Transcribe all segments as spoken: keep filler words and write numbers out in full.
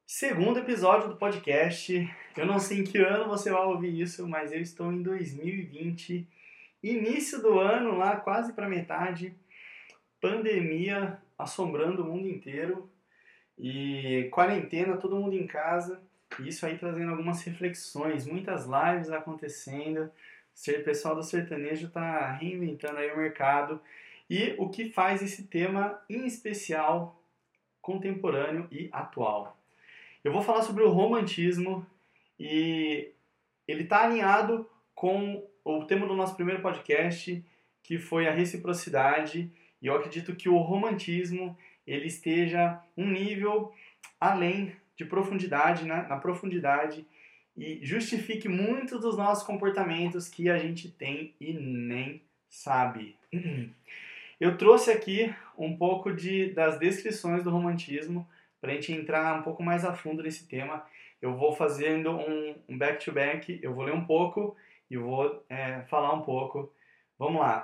Segundo episódio do podcast. Eu não sei em que ano você vai ouvir isso, mas eu estou em dois mil e vinte, início do ano, lá quase para metade, pandemia assombrando o mundo inteiro e quarentena, todo mundo em casa, e isso aí trazendo algumas reflexões, muitas lives acontecendo, o pessoal do sertanejo está reinventando aí o mercado e o que faz esse tema em especial contemporâneo e atual. Eu vou falar sobre o romantismo e ele está alinhado com o tema do nosso primeiro podcast, que foi a reciprocidade, e eu acredito que o romantismo ele esteja um nível além de profundidade, né? na profundidade, e justifique muitos dos nossos comportamentos que a gente tem e nem sabe. Eu trouxe aqui um pouco de, das descrições do romantismo, para a gente entrar um pouco mais a fundo nesse tema. Eu vou fazendo um, um back-to-back, eu vou ler um pouco e vou é, falar um pouco. Vamos lá.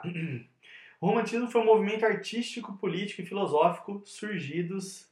O romantismo foi um movimento artístico, político e filosófico surgidos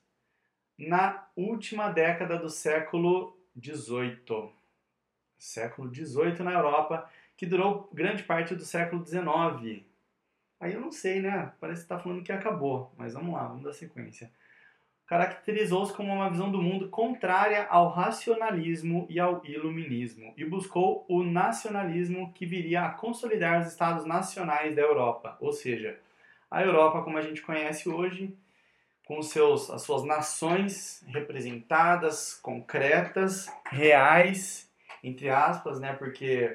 na última década do século dezoito. Século dezoito na Europa, que durou grande parte do século dezenove. Aí eu não sei, né? Parece que está falando que acabou, mas vamos lá, vamos dar sequência. Caracterizou-se como uma visão do mundo contrária ao racionalismo e ao iluminismo, e buscou o nacionalismo que viria a consolidar os estados nacionais da Europa, ou seja, a Europa como a gente conhece hoje, com seus, as suas nações representadas, concretas, reais, entre aspas, né? Porque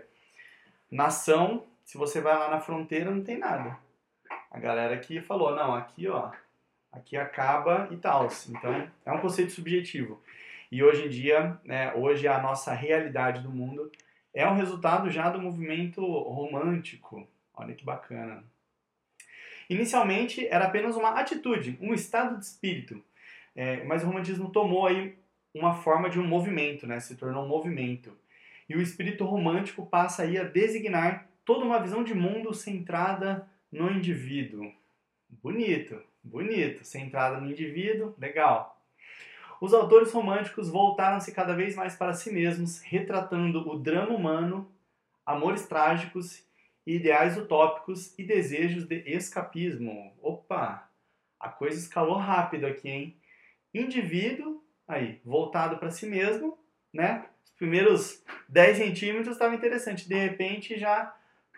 nação, se você vai lá na fronteira, não tem nada. A galera aqui falou, não, aqui ó, aqui acaba e tal. Então, é um conceito subjetivo. E hoje em dia, né, hoje a nossa realidade do mundo é um resultado já do movimento romântico. Olha que bacana. Inicialmente, era apenas uma atitude, um estado de espírito. É, mas o romantismo tomou aí uma forma de um movimento, né, se tornou um movimento. E o espírito romântico passa aí a designar toda uma visão de mundo centrada no indivíduo. Bonito. Bonito, centrada no indivíduo, legal. Os autores românticos voltaram-se cada vez mais para si mesmos, retratando o drama humano, amores trágicos, ideais utópicos e desejos de escapismo. Opa, a coisa escalou rápido aqui, hein? Indivíduo, aí, voltado para si mesmo, né? Os primeiros dez centímetros estava interessante, de repente já...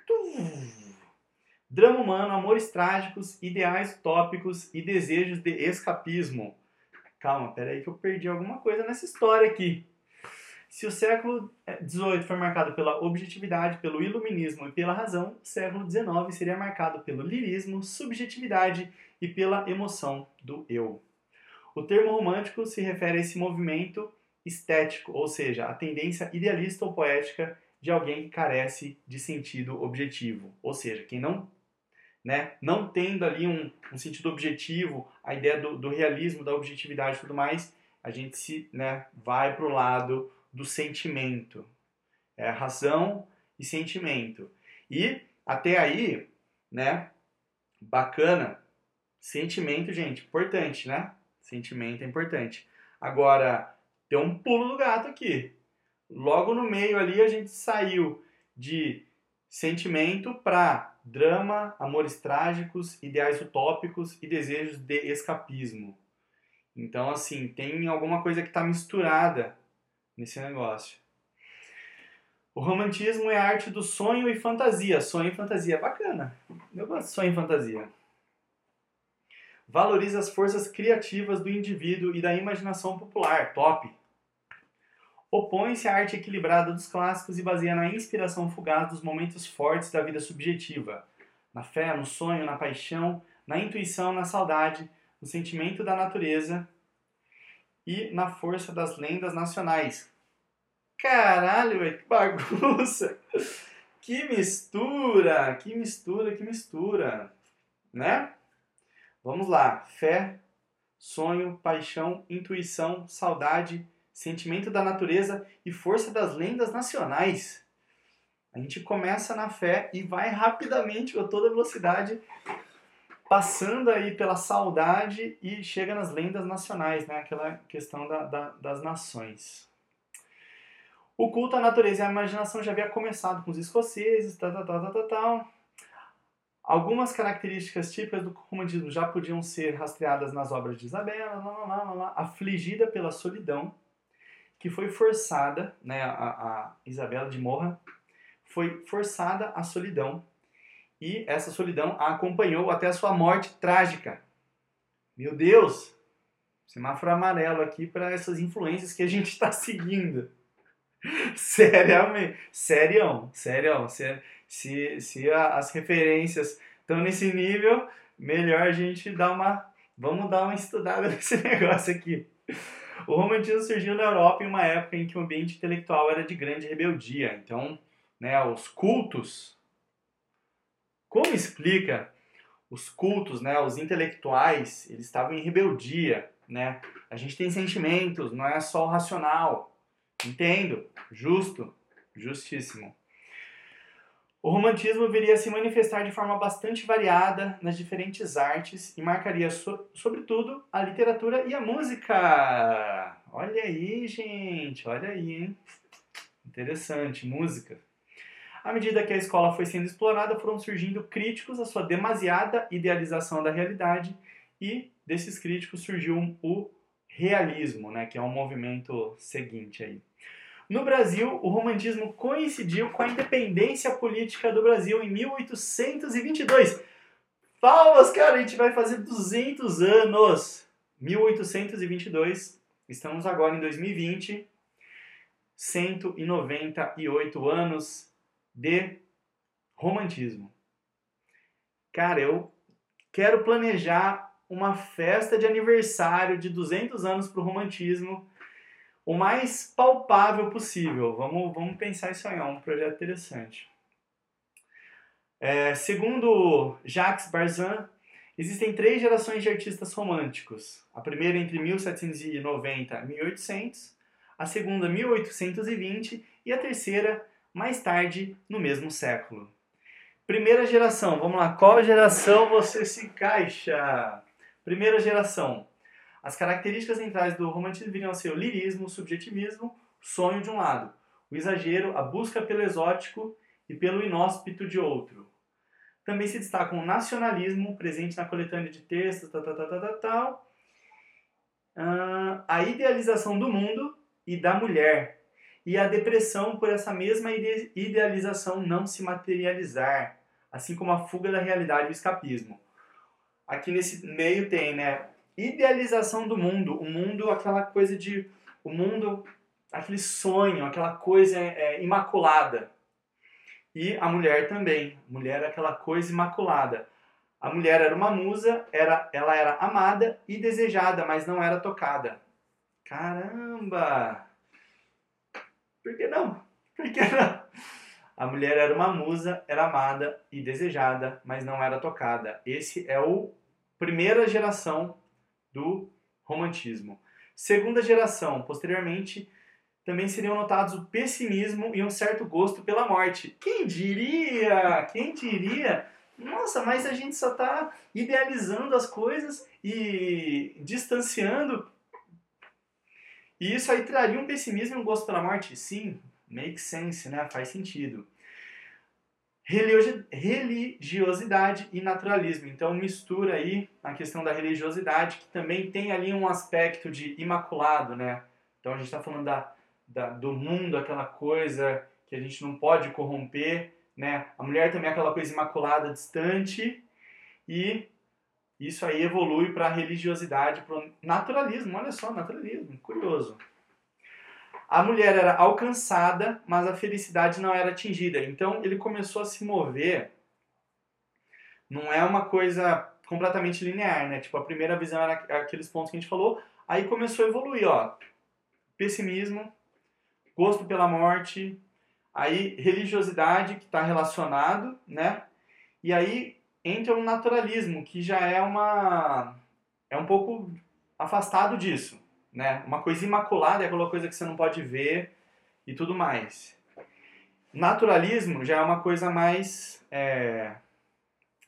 Drama humano, amores trágicos, ideais utópicos e desejos de escapismo. Calma, peraí que eu perdi alguma coisa nessa história aqui. Se o século dezoito foi marcado pela objetividade, pelo iluminismo e pela razão, o século dezenove seria marcado pelo lirismo, subjetividade e pela emoção do eu. O termo romântico se refere a esse movimento estético, ou seja, a tendência idealista ou poética de alguém que carece de sentido objetivo. Ou seja, quem não Né? Não tendo ali um, um sentido objetivo, a ideia do, do realismo, da objetividade e tudo mais, a gente se, né, vai para o lado do sentimento. É razão e sentimento. E até aí, né, bacana, sentimento, gente, importante, né? Sentimento é importante. Agora, tem um pulo do gato aqui. Logo no meio ali a gente saiu de sentimento para drama, amores trágicos, ideais utópicos e desejos de escapismo. Então, assim, tem alguma coisa que está misturada nesse negócio. O romantismo é a arte do sonho e fantasia. Sonho e fantasia, bacana. Eu gosto de sonho e fantasia. Valoriza as forças criativas do indivíduo e da imaginação popular. Top. Opõe-se à arte equilibrada dos clássicos e baseia na inspiração fugaz dos momentos fortes da vida subjetiva. Na fé, no sonho, na paixão, na intuição, na saudade, no sentimento da natureza e na força das lendas nacionais. Caralho, véio, que bagunça! Que mistura! Que mistura, que mistura! Né? Vamos lá. Fé, sonho, paixão, intuição, saudade, sentimento da natureza e força das lendas nacionais. A gente começa na fé e vai rapidamente, com toda velocidade, passando aí pela saudade e chega nas lendas nacionais, né? Aquela questão da, da, das nações. O culto à natureza e à imaginação já havia começado com os escoceses, tal, tal, tal, tal, tal. Algumas características típicas do romantismo já podiam ser rastreadas nas obras de Isabela, lá, lá, lá, lá, lá, afligida pela solidão, que foi forçada, né, a, a Isabela de Morra foi forçada à solidão, e essa solidão a acompanhou até a sua morte trágica. Meu Deus! Semáforo amarelo aqui para essas influências que a gente está seguindo. Seriamente, serião, serião. Se, se, se a, as referências estão nesse nível, melhor a gente dar uma... Vamos dar uma estudada nesse negócio aqui. O romantismo surgiu na Europa em uma época em que o ambiente intelectual era de grande rebeldia. Então, né, os cultos... Como explica? Os cultos, né, os intelectuais, eles estavam em rebeldia, né? A gente tem sentimentos, não é só o racional. Entendo, justo, justíssimo. O romantismo viria a se manifestar de forma bastante variada nas diferentes artes e marcaria, so, sobretudo, a literatura e a música. Olha aí, gente, olha aí, hein? Interessante, música. À medida que a escola foi sendo explorada, foram surgindo críticos à sua demasiada idealização da realidade e desses críticos surgiu o realismo, né, que é um movimento seguinte aí. No Brasil, o romantismo coincidiu com a independência política do Brasil em mil oitocentos e vinte e dois. Palmas, cara, a gente vai fazer duzentos anos. mil oitocentos e vinte e dois, estamos agora em dois mil e vinte, cento e noventa e oito anos de romantismo. Cara, eu quero planejar uma festa de aniversário de duzentos anos para o romantismo o mais palpável possível. Vamos, vamos pensar isso aí, é um projeto interessante. É, segundo Jacques Barzin, existem três gerações de artistas românticos. A primeira entre mil setecentos e noventa e mil e oitocentos, a segunda mil oitocentos e vinte e a terceira mais tarde no mesmo século. Primeira geração, vamos lá, qual geração você se encaixa? Primeira geração. As características centrais do romantismo viriam a ser o lirismo, o subjetivismo, o sonho de um lado, o exagero, a busca pelo exótico e pelo inóspito de outro. Também se destacam o nacionalismo, presente na coletânea de textos, tal, tal, tal, tal, tal. Uh, a idealização do mundo e da mulher, e a depressão por essa mesma ide- idealização não se materializar, assim como a fuga da realidade e o escapismo. Aqui nesse meio tem, né, idealização do mundo, o mundo, aquela coisa de, o mundo, aquele sonho, aquela coisa é, imaculada. E a mulher também, a mulher é aquela coisa imaculada. A mulher era uma musa, era, ela era amada e desejada, mas não era tocada. Caramba! Por que não? Por que não? A mulher era uma musa, era amada e desejada, mas não era tocada. Esse é o primeira geração do romantismo. Segunda geração, posteriormente, também seriam notados o pessimismo e um certo gosto pela morte. Quem diria? Quem diria? Nossa, mas a gente só está idealizando as coisas e distanciando. E isso aí traria um pessimismo e um gosto pela morte? Sim, make sense, né? Faz sentido. Religiosidade e naturalismo. Então mistura aí a questão da religiosidade, que também tem ali um aspecto de imaculado, né? Então a gente está falando da, da, do mundo, aquela coisa que a gente não pode corromper, né? A mulher também é aquela coisa imaculada, distante, e isso aí evolui para a religiosidade, para o naturalismo. Olha só, naturalismo, curioso. A mulher era alcançada, mas a felicidade não era atingida. Então ele começou a se mover. Não é uma coisa completamente linear, né? Tipo, a primeira visão era aqueles pontos que a gente falou. Aí começou a evoluir, ó. Pessimismo, gosto pela morte, aí religiosidade, que está relacionado, né? E aí entra o naturalismo, que já é uma... é um pouco afastado disso. Né? Uma coisa imaculada é aquela coisa que você não pode ver e tudo mais. Naturalismo já é uma coisa mais é,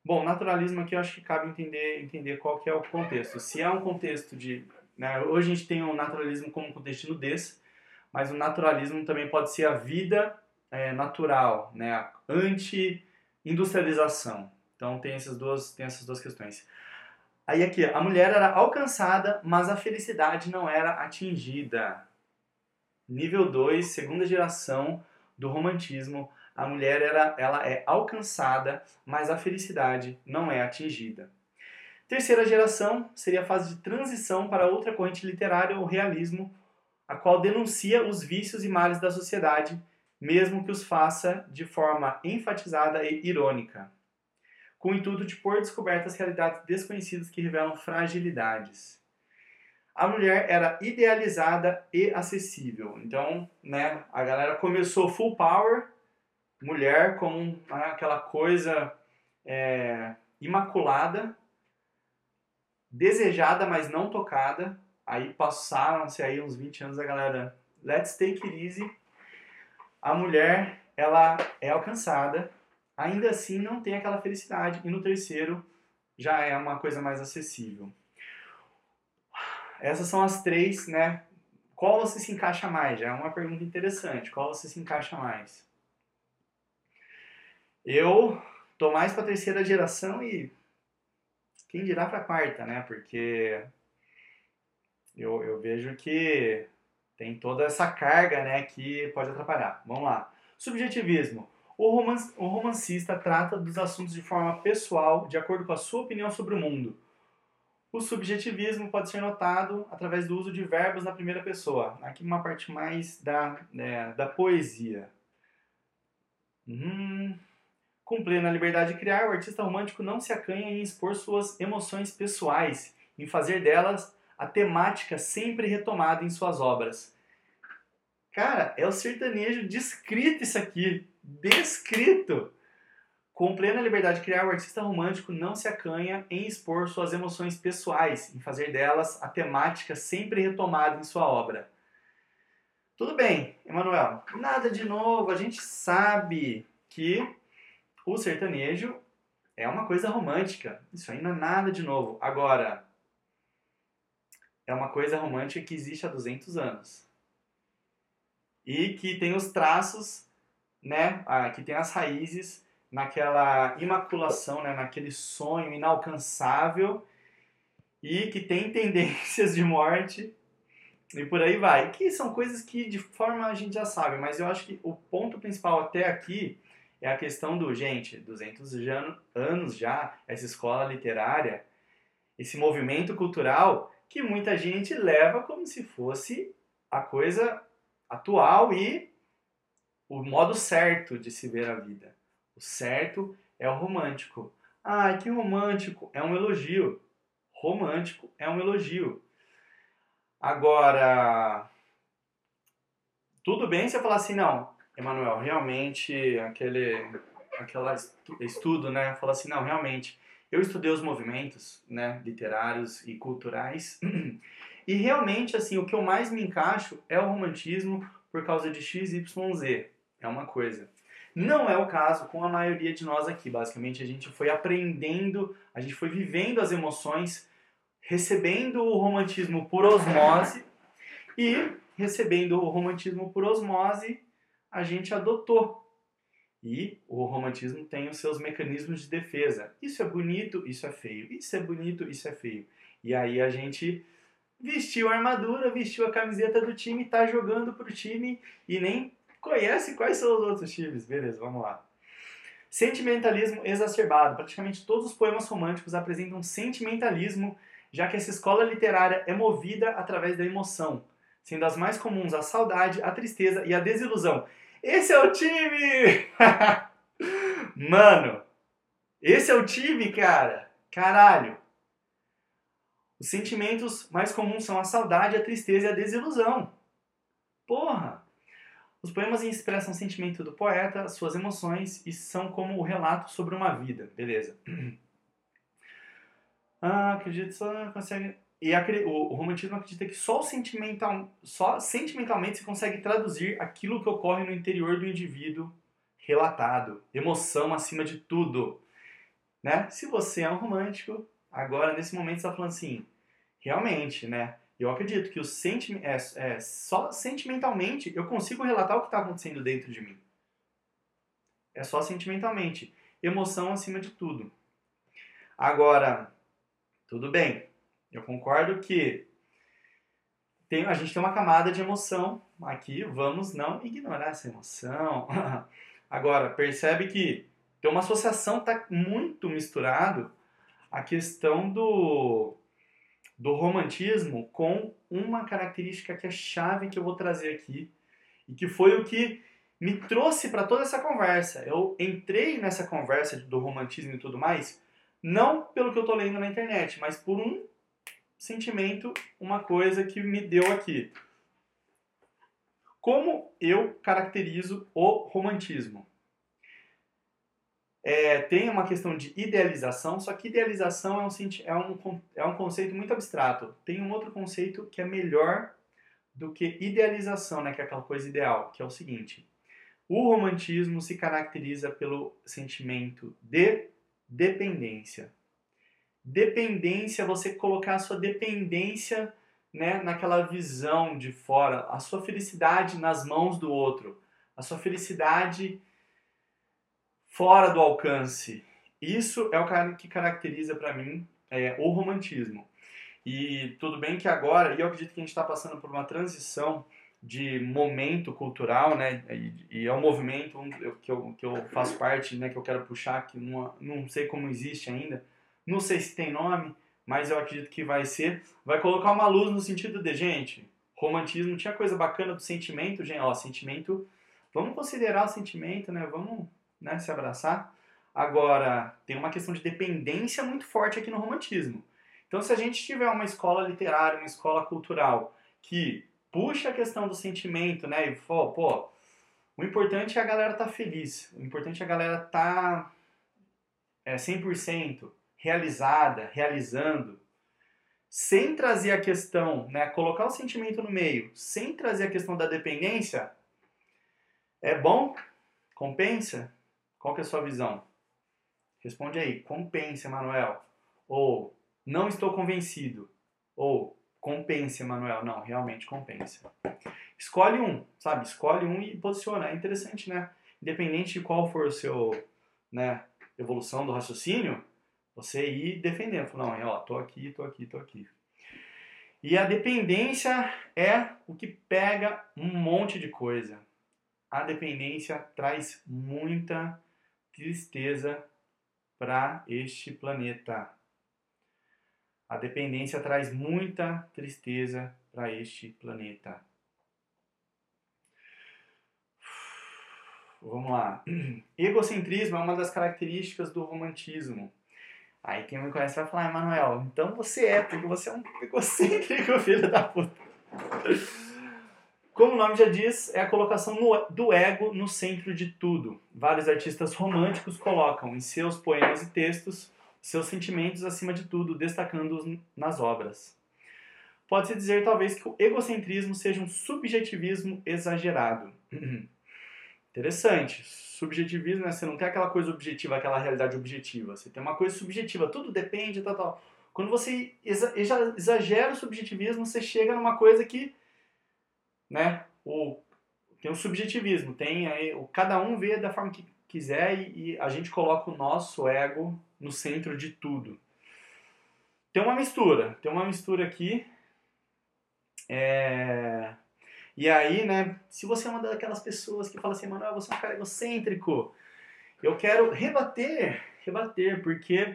Bom, naturalismo aqui eu acho que cabe entender, entender qual que é o contexto. Se é um contexto de... Né, hoje a gente tem o naturalismo como contexto de nudez, mas o naturalismo também pode ser a vida é, natural, né, a anti-industrialização. Então tem essas duas, tem essas duas questões. Aí aqui, a mulher era alcançada, mas a felicidade não era atingida. Nível dois, segunda geração do romantismo. A mulher era, ela é alcançada, mas a felicidade não é atingida. Terceira geração seria a fase de transição para outra corrente literária, o realismo, a qual denuncia os vícios e males da sociedade, mesmo que os faça de forma enfatizada e irônica, com o intuito de pôr descobertas realidades desconhecidas que revelam fragilidades. A mulher era idealizada e acessível. Então, né, a galera começou full power, mulher como né, aquela coisa é, imaculada, desejada, mas não tocada. Aí passaram-se aí uns vinte anos a galera, let's take it easy. A mulher, ela é alcançada, ainda assim não tem aquela felicidade. E no terceiro, já é uma coisa mais acessível. Essas são as três, né? Qual você se encaixa mais? Já é uma pergunta interessante. Qual você se encaixa mais? Eu tô mais para a terceira geração e quem dirá para a quarta, né? Porque eu, eu vejo que tem toda essa carga, né, que pode atrapalhar. Vamos lá. Subjetivismo. O, roman o romancista trata dos assuntos de forma pessoal, de acordo com a sua opinião sobre o mundo. O subjetivismo pode ser notado através do uso de verbos na primeira pessoa. Aqui uma parte mais da, né, da poesia. Hum. Com plena liberdade de criar, o artista romântico não se acanha em expor suas emoções pessoais, em fazer delas a temática sempre retomada em suas obras. Cara, é o sertanejo descrito isso aqui. Descrito! Com plena liberdade de criar, o artista romântico não se acanha em expor suas emoções pessoais, em fazer delas a temática sempre retomada em sua obra. Tudo bem, Emanuel, nada de novo, a gente sabe que o sertanejo é uma coisa romântica, isso aí não é nada de novo. Agora, é uma coisa romântica que existe há duzentos anos. E que tem os traços, né, ah, que tem as raízes naquela imaculação, né, naquele sonho inalcançável e que tem tendências de morte e por aí vai. Que são coisas que de forma a gente já sabe, mas eu acho que o ponto principal até aqui é a questão do, gente, duzentos anos já, essa escola literária, esse movimento cultural que muita gente leva como se fosse a coisa atual e o modo certo de se ver a vida. O certo é o romântico. Ai, que romântico! É um elogio. Romântico é um elogio. Agora, tudo bem se eu falar assim, não, Emanuel, realmente, aquele aquela estudo, né, fala assim, não, realmente, eu estudei os movimentos, né, literários e culturais, e realmente, assim, o que eu mais me encaixo é o romantismo por causa de X Y Z, é uma coisa. Não é o caso com a maioria de nós aqui, basicamente a gente foi aprendendo, a gente foi vivendo as emoções, recebendo o romantismo por osmose, e recebendo o romantismo por osmose, a gente adotou. E o romantismo tem os seus mecanismos de defesa. Isso é bonito, isso é feio. Isso é bonito, isso é feio. E aí a gente vestiu a armadura, vestiu a camiseta do time, tá jogando pro time e nem conhece quais são os outros times. Beleza, vamos lá. Sentimentalismo exacerbado. Praticamente todos os poemas românticos apresentam sentimentalismo, já que essa escola literária é movida através da emoção, sendo as mais comuns a saudade, a tristeza e a desilusão. Esse é o time! Mano, esse é o time, cara! Caralho! Os sentimentos mais comuns são a saudade, a tristeza e a desilusão. Porra! Os poemas expressam o sentimento do poeta, suas emoções e são como o relato sobre uma vida. Beleza. Ah, acredito só consegue... E o, o romantismo acredita que só, o sentimental, só sentimentalmente se consegue traduzir aquilo que ocorre no interior do indivíduo relatado. Emoção acima de tudo. né? Se você é um romântico, agora nesse momento você está falando assim, realmente, né? Eu acredito que o senti é, é, só sentimentalmente eu consigo relatar o que está acontecendo dentro de mim. É só sentimentalmente. Emoção acima de tudo. Agora, tudo bem. Eu concordo que tem, a gente tem uma camada de emoção aqui. Vamos não ignorar essa emoção. Agora, percebe que tem uma associação, está muito misturado a questão do, do romantismo com uma característica que é chave que eu vou trazer aqui e que foi o que me trouxe para toda essa conversa. Eu entrei nessa conversa do romantismo e tudo mais, não pelo que eu estou lendo na internet, mas por um sentimento, uma coisa que me deu aqui. Como eu caracterizo o romantismo? É, tem uma questão de idealização, só que idealização é um, é, um, é um conceito muito abstrato. Tem um outro conceito que é melhor do que idealização, né, que é aquela coisa ideal, que é o seguinte. O romantismo se caracteriza pelo sentimento de dependência. Dependência, você colocar a sua dependência, né, naquela visão de fora, a sua felicidade nas mãos do outro, a sua felicidade fora do alcance. Isso é o que caracteriza para mim é, o romantismo. E tudo bem que agora, e eu acredito que a gente está passando por uma transição de momento cultural, né? E, e é um movimento que eu, que eu faço parte, né? Que eu quero puxar, que não, não sei como existe ainda, não sei se tem nome, mas eu acredito que vai ser. Vai colocar uma luz no sentido de, gente, romantismo tinha coisa bacana do sentimento, gente, ó, sentimento, vamos considerar o sentimento, né? Vamos, né, se abraçar. Agora, tem uma questão de dependência muito forte aqui no romantismo. Então, se a gente tiver uma escola literária, uma escola cultural que puxa a questão do sentimento, né, e fala, pô, o importante é a galera estar tá feliz, o importante é a galera estar tá, é, cem por cento realizada, realizando, sem trazer a questão, né, colocar o sentimento no meio, sem trazer a questão da dependência, é bom? Compensa? Qual que é a sua visão? Responde aí, compensa, Manuel. Ou não estou convencido. Ou compensa, Manuel. Não, realmente compensa. Escolhe um, sabe? Escolhe um e posiciona. É interessante, né? Independente de qual for o seu, né, evolução do raciocínio, você ir defendendo. Não, ó, tô aqui, tô aqui, tô aqui. E a dependência é o que pega um monte de coisa. A dependência traz muita tristeza para este planeta. A dependência traz muita tristeza para este planeta. Vamos lá. Egocentrismo é uma das características do romantismo. Aí quem me conhece vai falar, Emanuel, então você é, porque você é um egocêntrico, filho da puta. Como o nome já diz, é a colocação no, do ego no centro de tudo. Vários artistas românticos colocam em seus poemas e textos seus sentimentos acima de tudo, destacando-os nas obras. Pode-se dizer, talvez, que o egocentrismo seja um subjetivismo exagerado. Interessante. Subjetivismo, né? Você não tem aquela coisa objetiva, aquela realidade objetiva. Você tem uma coisa subjetiva, tudo depende, tal, tal. Quando você exagera o subjetivismo, você chega numa coisa que, né, o, tem o subjetivismo, tem aí, o, cada um vê da forma que quiser e, e a gente coloca o nosso ego no centro de tudo. Tem uma mistura, tem uma mistura aqui. É... E aí, né, se você é uma daquelas pessoas que fala assim, Manuel, você é um cara egocêntrico, eu quero rebater, rebater, porque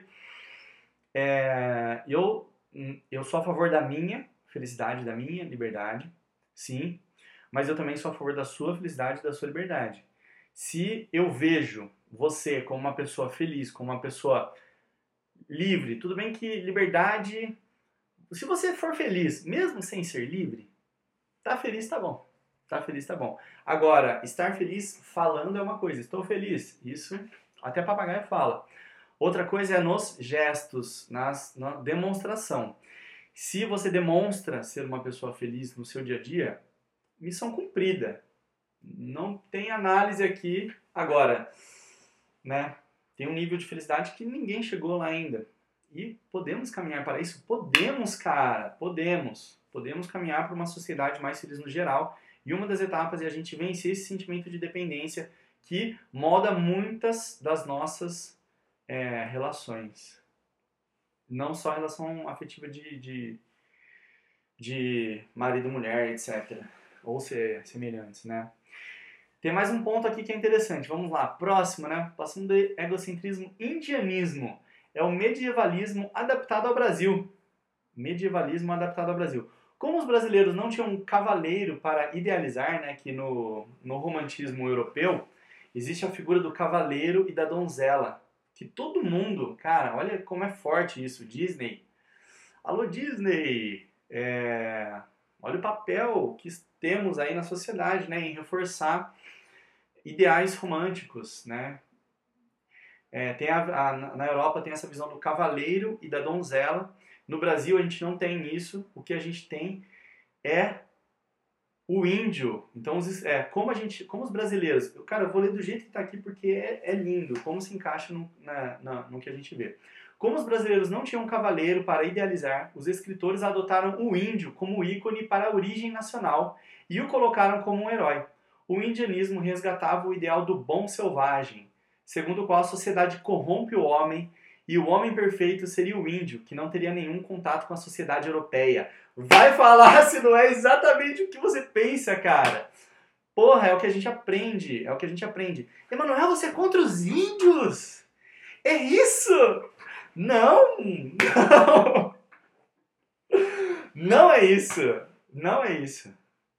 é, eu, eu sou a favor da minha felicidade, da minha liberdade, sim, mas eu também sou a favor da sua felicidade e da sua liberdade. Se eu vejo você como uma pessoa feliz, como uma pessoa livre, tudo bem que liberdade, se você for feliz, mesmo sem ser livre, tá feliz, tá bom. Tá feliz, tá bom. Agora, estar feliz falando é uma coisa. Estou feliz. Isso até papagaio fala. Outra coisa é nos gestos, nas, na demonstração. Se você demonstra ser uma pessoa feliz no seu dia a dia, missão cumprida. Não tem análise aqui. Agora, né? tem um nível de felicidade que ninguém chegou lá ainda. E podemos caminhar para isso? Podemos, cara, podemos. Podemos caminhar para uma sociedade mais feliz no geral. E uma das etapas é a gente vencer esse sentimento de dependência que molda muitas das nossas é, relações. Não só a relação afetiva de, de, de marido, mulher, etcétera. Ou ser semelhantes, né? Tem mais um ponto aqui que é interessante. Vamos lá, próximo, né? Passando de egocentrismo, indianismo. É o medievalismo adaptado ao Brasil. Medievalismo adaptado ao Brasil. Como os brasileiros não tinham um cavaleiro para idealizar, né, que no, no romantismo europeu existe a figura do cavaleiro e da donzela, que todo mundo, cara, olha como é forte isso, Disney. Alô, Disney! É, olha o papel que temos aí na sociedade, né, em reforçar ideais românticos, né? É, tem a, a, na Europa tem essa visão do cavaleiro e da donzela. No Brasil a gente não tem isso. O que a gente tem é o índio. Então, os, é, como, a gente, como os brasileiros... Cara, eu vou ler do jeito que está aqui porque é, é lindo. Como se encaixa no, na, na, no que a gente vê. Como os brasileiros não tinham um cavaleiro para idealizar, os escritores adotaram o índio como ícone para a origem nacional e o colocaram como um herói. O indianismo resgatava o ideal do bom selvagem, segundo o qual a sociedade corrompe o homem e o homem perfeito seria o índio, que não teria nenhum contato com a sociedade europeia. Vai falar se não é exatamente o que você pensa, cara. Porra, é o que a gente aprende, é o que a gente aprende. Emanuel, você é contra os índios? É isso? Não, não. Não é isso, não é isso.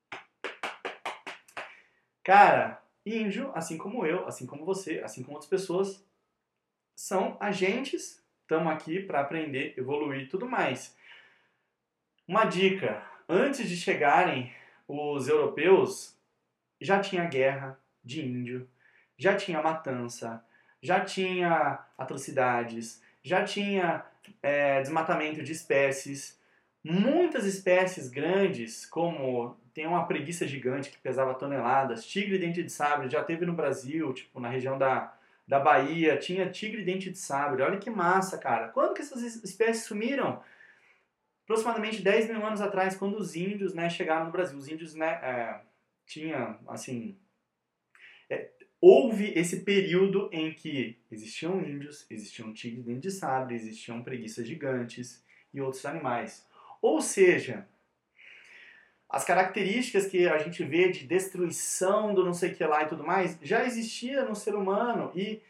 Cara, índio, assim como eu, assim como você, assim como outras pessoas, são agentes, estamos aqui para aprender, evoluir e tudo mais. Uma dica, antes de chegarem os europeus, já tinha guerra de índio, já tinha matança, já tinha atrocidades, já tinha é, desmatamento de espécies, muitas espécies grandes, como tem uma preguiça gigante que pesava toneladas, tigre-dente de sabre, já teve no Brasil, tipo na região da, da Bahia, tinha tigre-dente de sabre, olha que massa, cara. Quando que essas espécies sumiram? Aproximadamente dez mil anos atrás, quando os índios, né, chegaram no Brasil. Os índios, né, é, tinha, assim... É, houve esse período em que existiam índios, existiam tigres de sabre, existiam preguiças gigantes e outros animais. Ou seja, as características que a gente vê de destruição do não sei o que lá e tudo mais, já existia no ser humano e,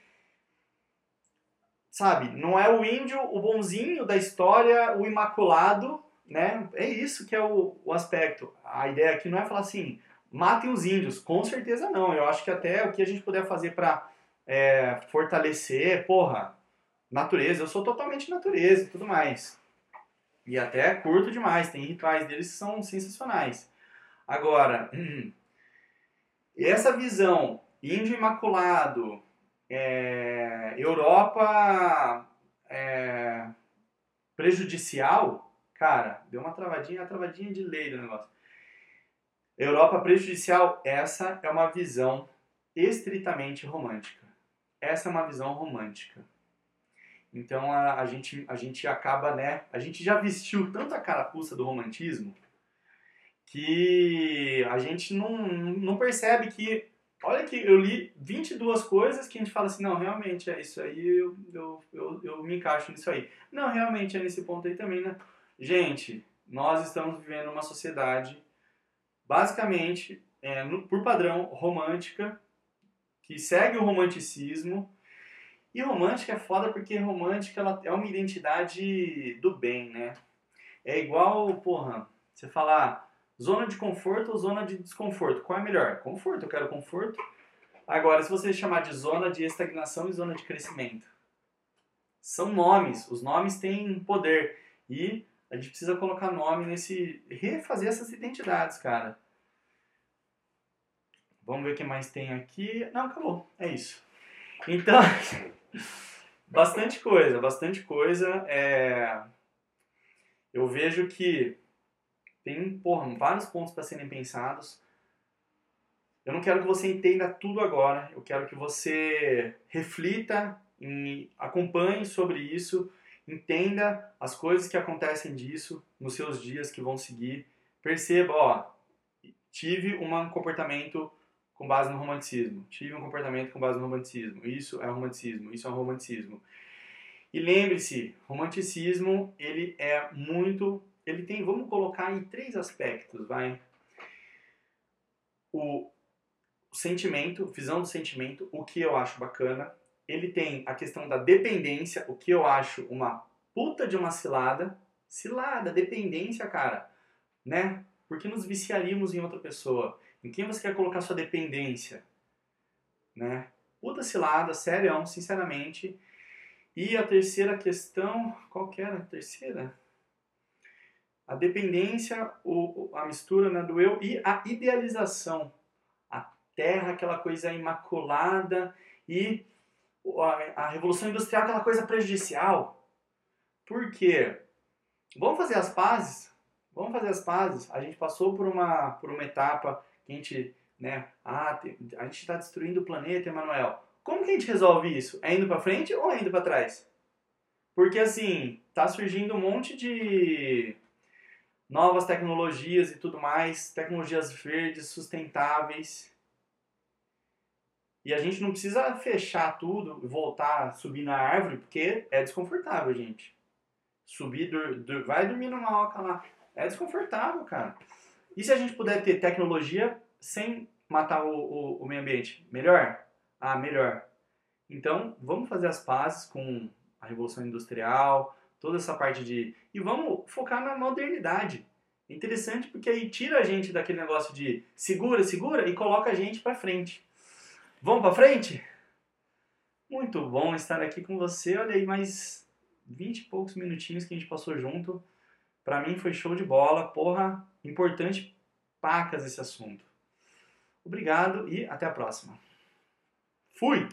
sabe, não é o índio, o bonzinho da história, o imaculado, né? É isso que é o, o aspecto. A ideia aqui não é falar assim, matem os índios. Com certeza não. Eu acho que até o que a gente puder fazer para é, fortalecer, porra, natureza. Eu sou totalmente natureza e tudo mais. E até curto demais. Tem rituais deles que são sensacionais. Agora, essa visão, índio imaculado, é, Europa é, prejudicial, cara, deu uma travadinha, uma travadinha de lei do negócio. Europa prejudicial, essa é uma visão estritamente romântica. Essa é uma visão romântica. Então a, a, gente, a gente acaba, né? A gente já vestiu tanto a carapuça do romantismo que a gente não, não percebe que... Olha que eu li vinte e duas coisas que a gente fala assim, não, realmente é isso aí, eu, eu, eu, eu me encaixo nisso aí. Não, realmente é nesse ponto aí também, né? Gente, nós estamos vivendo uma sociedade basicamente, é, no, por padrão, romântica, que segue o romanticismo. E romântica é foda porque romântica ela é uma identidade do bem, né? É igual, porra, você falar zona de conforto ou zona de desconforto. Qual é melhor? Conforto, eu quero conforto. Agora, se você chamar de zona de estagnação e zona de crescimento, são nomes. Os nomes têm poder. E a gente precisa colocar nome nesse... refazer essas identidades, cara. Vamos ver o que mais tem aqui. Não, acabou. É isso. Então, bastante coisa, bastante coisa. É... Eu vejo que tem, porra, vários pontos para serem pensados. Eu não quero que você entenda tudo agora. Eu quero que você reflita em, acompanhe sobre isso, entenda as coisas que acontecem disso nos seus dias que vão seguir. Perceba, ó, tive um comportamento com base no romanticismo, tive um comportamento com base no romanticismo, isso é romanticismo, isso é um romanticismo. E lembre-se, romanticismo, ele é muito, ele tem, vamos colocar aí três aspectos, vai. O sentimento, visão do sentimento, o que eu acho bacana. Ele tem a questão da dependência, o que eu acho uma puta de uma cilada. Cilada, dependência, cara, né? Por que nos viciaríamos em outra pessoa? Em quem você quer colocar sua dependência? Né? Puta cilada, sério, sinceramente. E a terceira questão, qual que era a terceira? A dependência, o, a mistura, né, do eu e a idealização. A terra, aquela coisa imaculada, e a, a Revolução Industrial, aquela coisa prejudicial. Por quê? Vamos fazer as pazes? Vamos fazer as pazes. A gente passou por uma, por uma etapa que a gente, né, ah, a gente está destruindo o planeta, Emanuel. Como que a gente resolve isso? É indo para frente ou é indo para trás? Porque assim, tá surgindo um monte de novas tecnologias e tudo mais, tecnologias verdes, sustentáveis. E a gente não precisa fechar tudo, voltar a subir na árvore, porque é desconfortável, gente. Subir, dur, dur, vai dormir numa oca lá. É desconfortável, cara. E se a gente puder ter tecnologia sem matar o, o, o meio ambiente? Melhor? Ah, melhor. Então, vamos fazer as pazes com a Revolução Industrial, toda essa parte de... E vamos focar na modernidade. É interessante porque aí tira a gente daquele negócio de segura, segura e coloca a gente pra frente. Vamos pra frente? Muito bom estar aqui com você. Olha aí, mais vinte e poucos minutinhos que a gente passou junto. Pra mim foi show de bola. Porra, importante pacas esse assunto. Obrigado e até a próxima. Fui!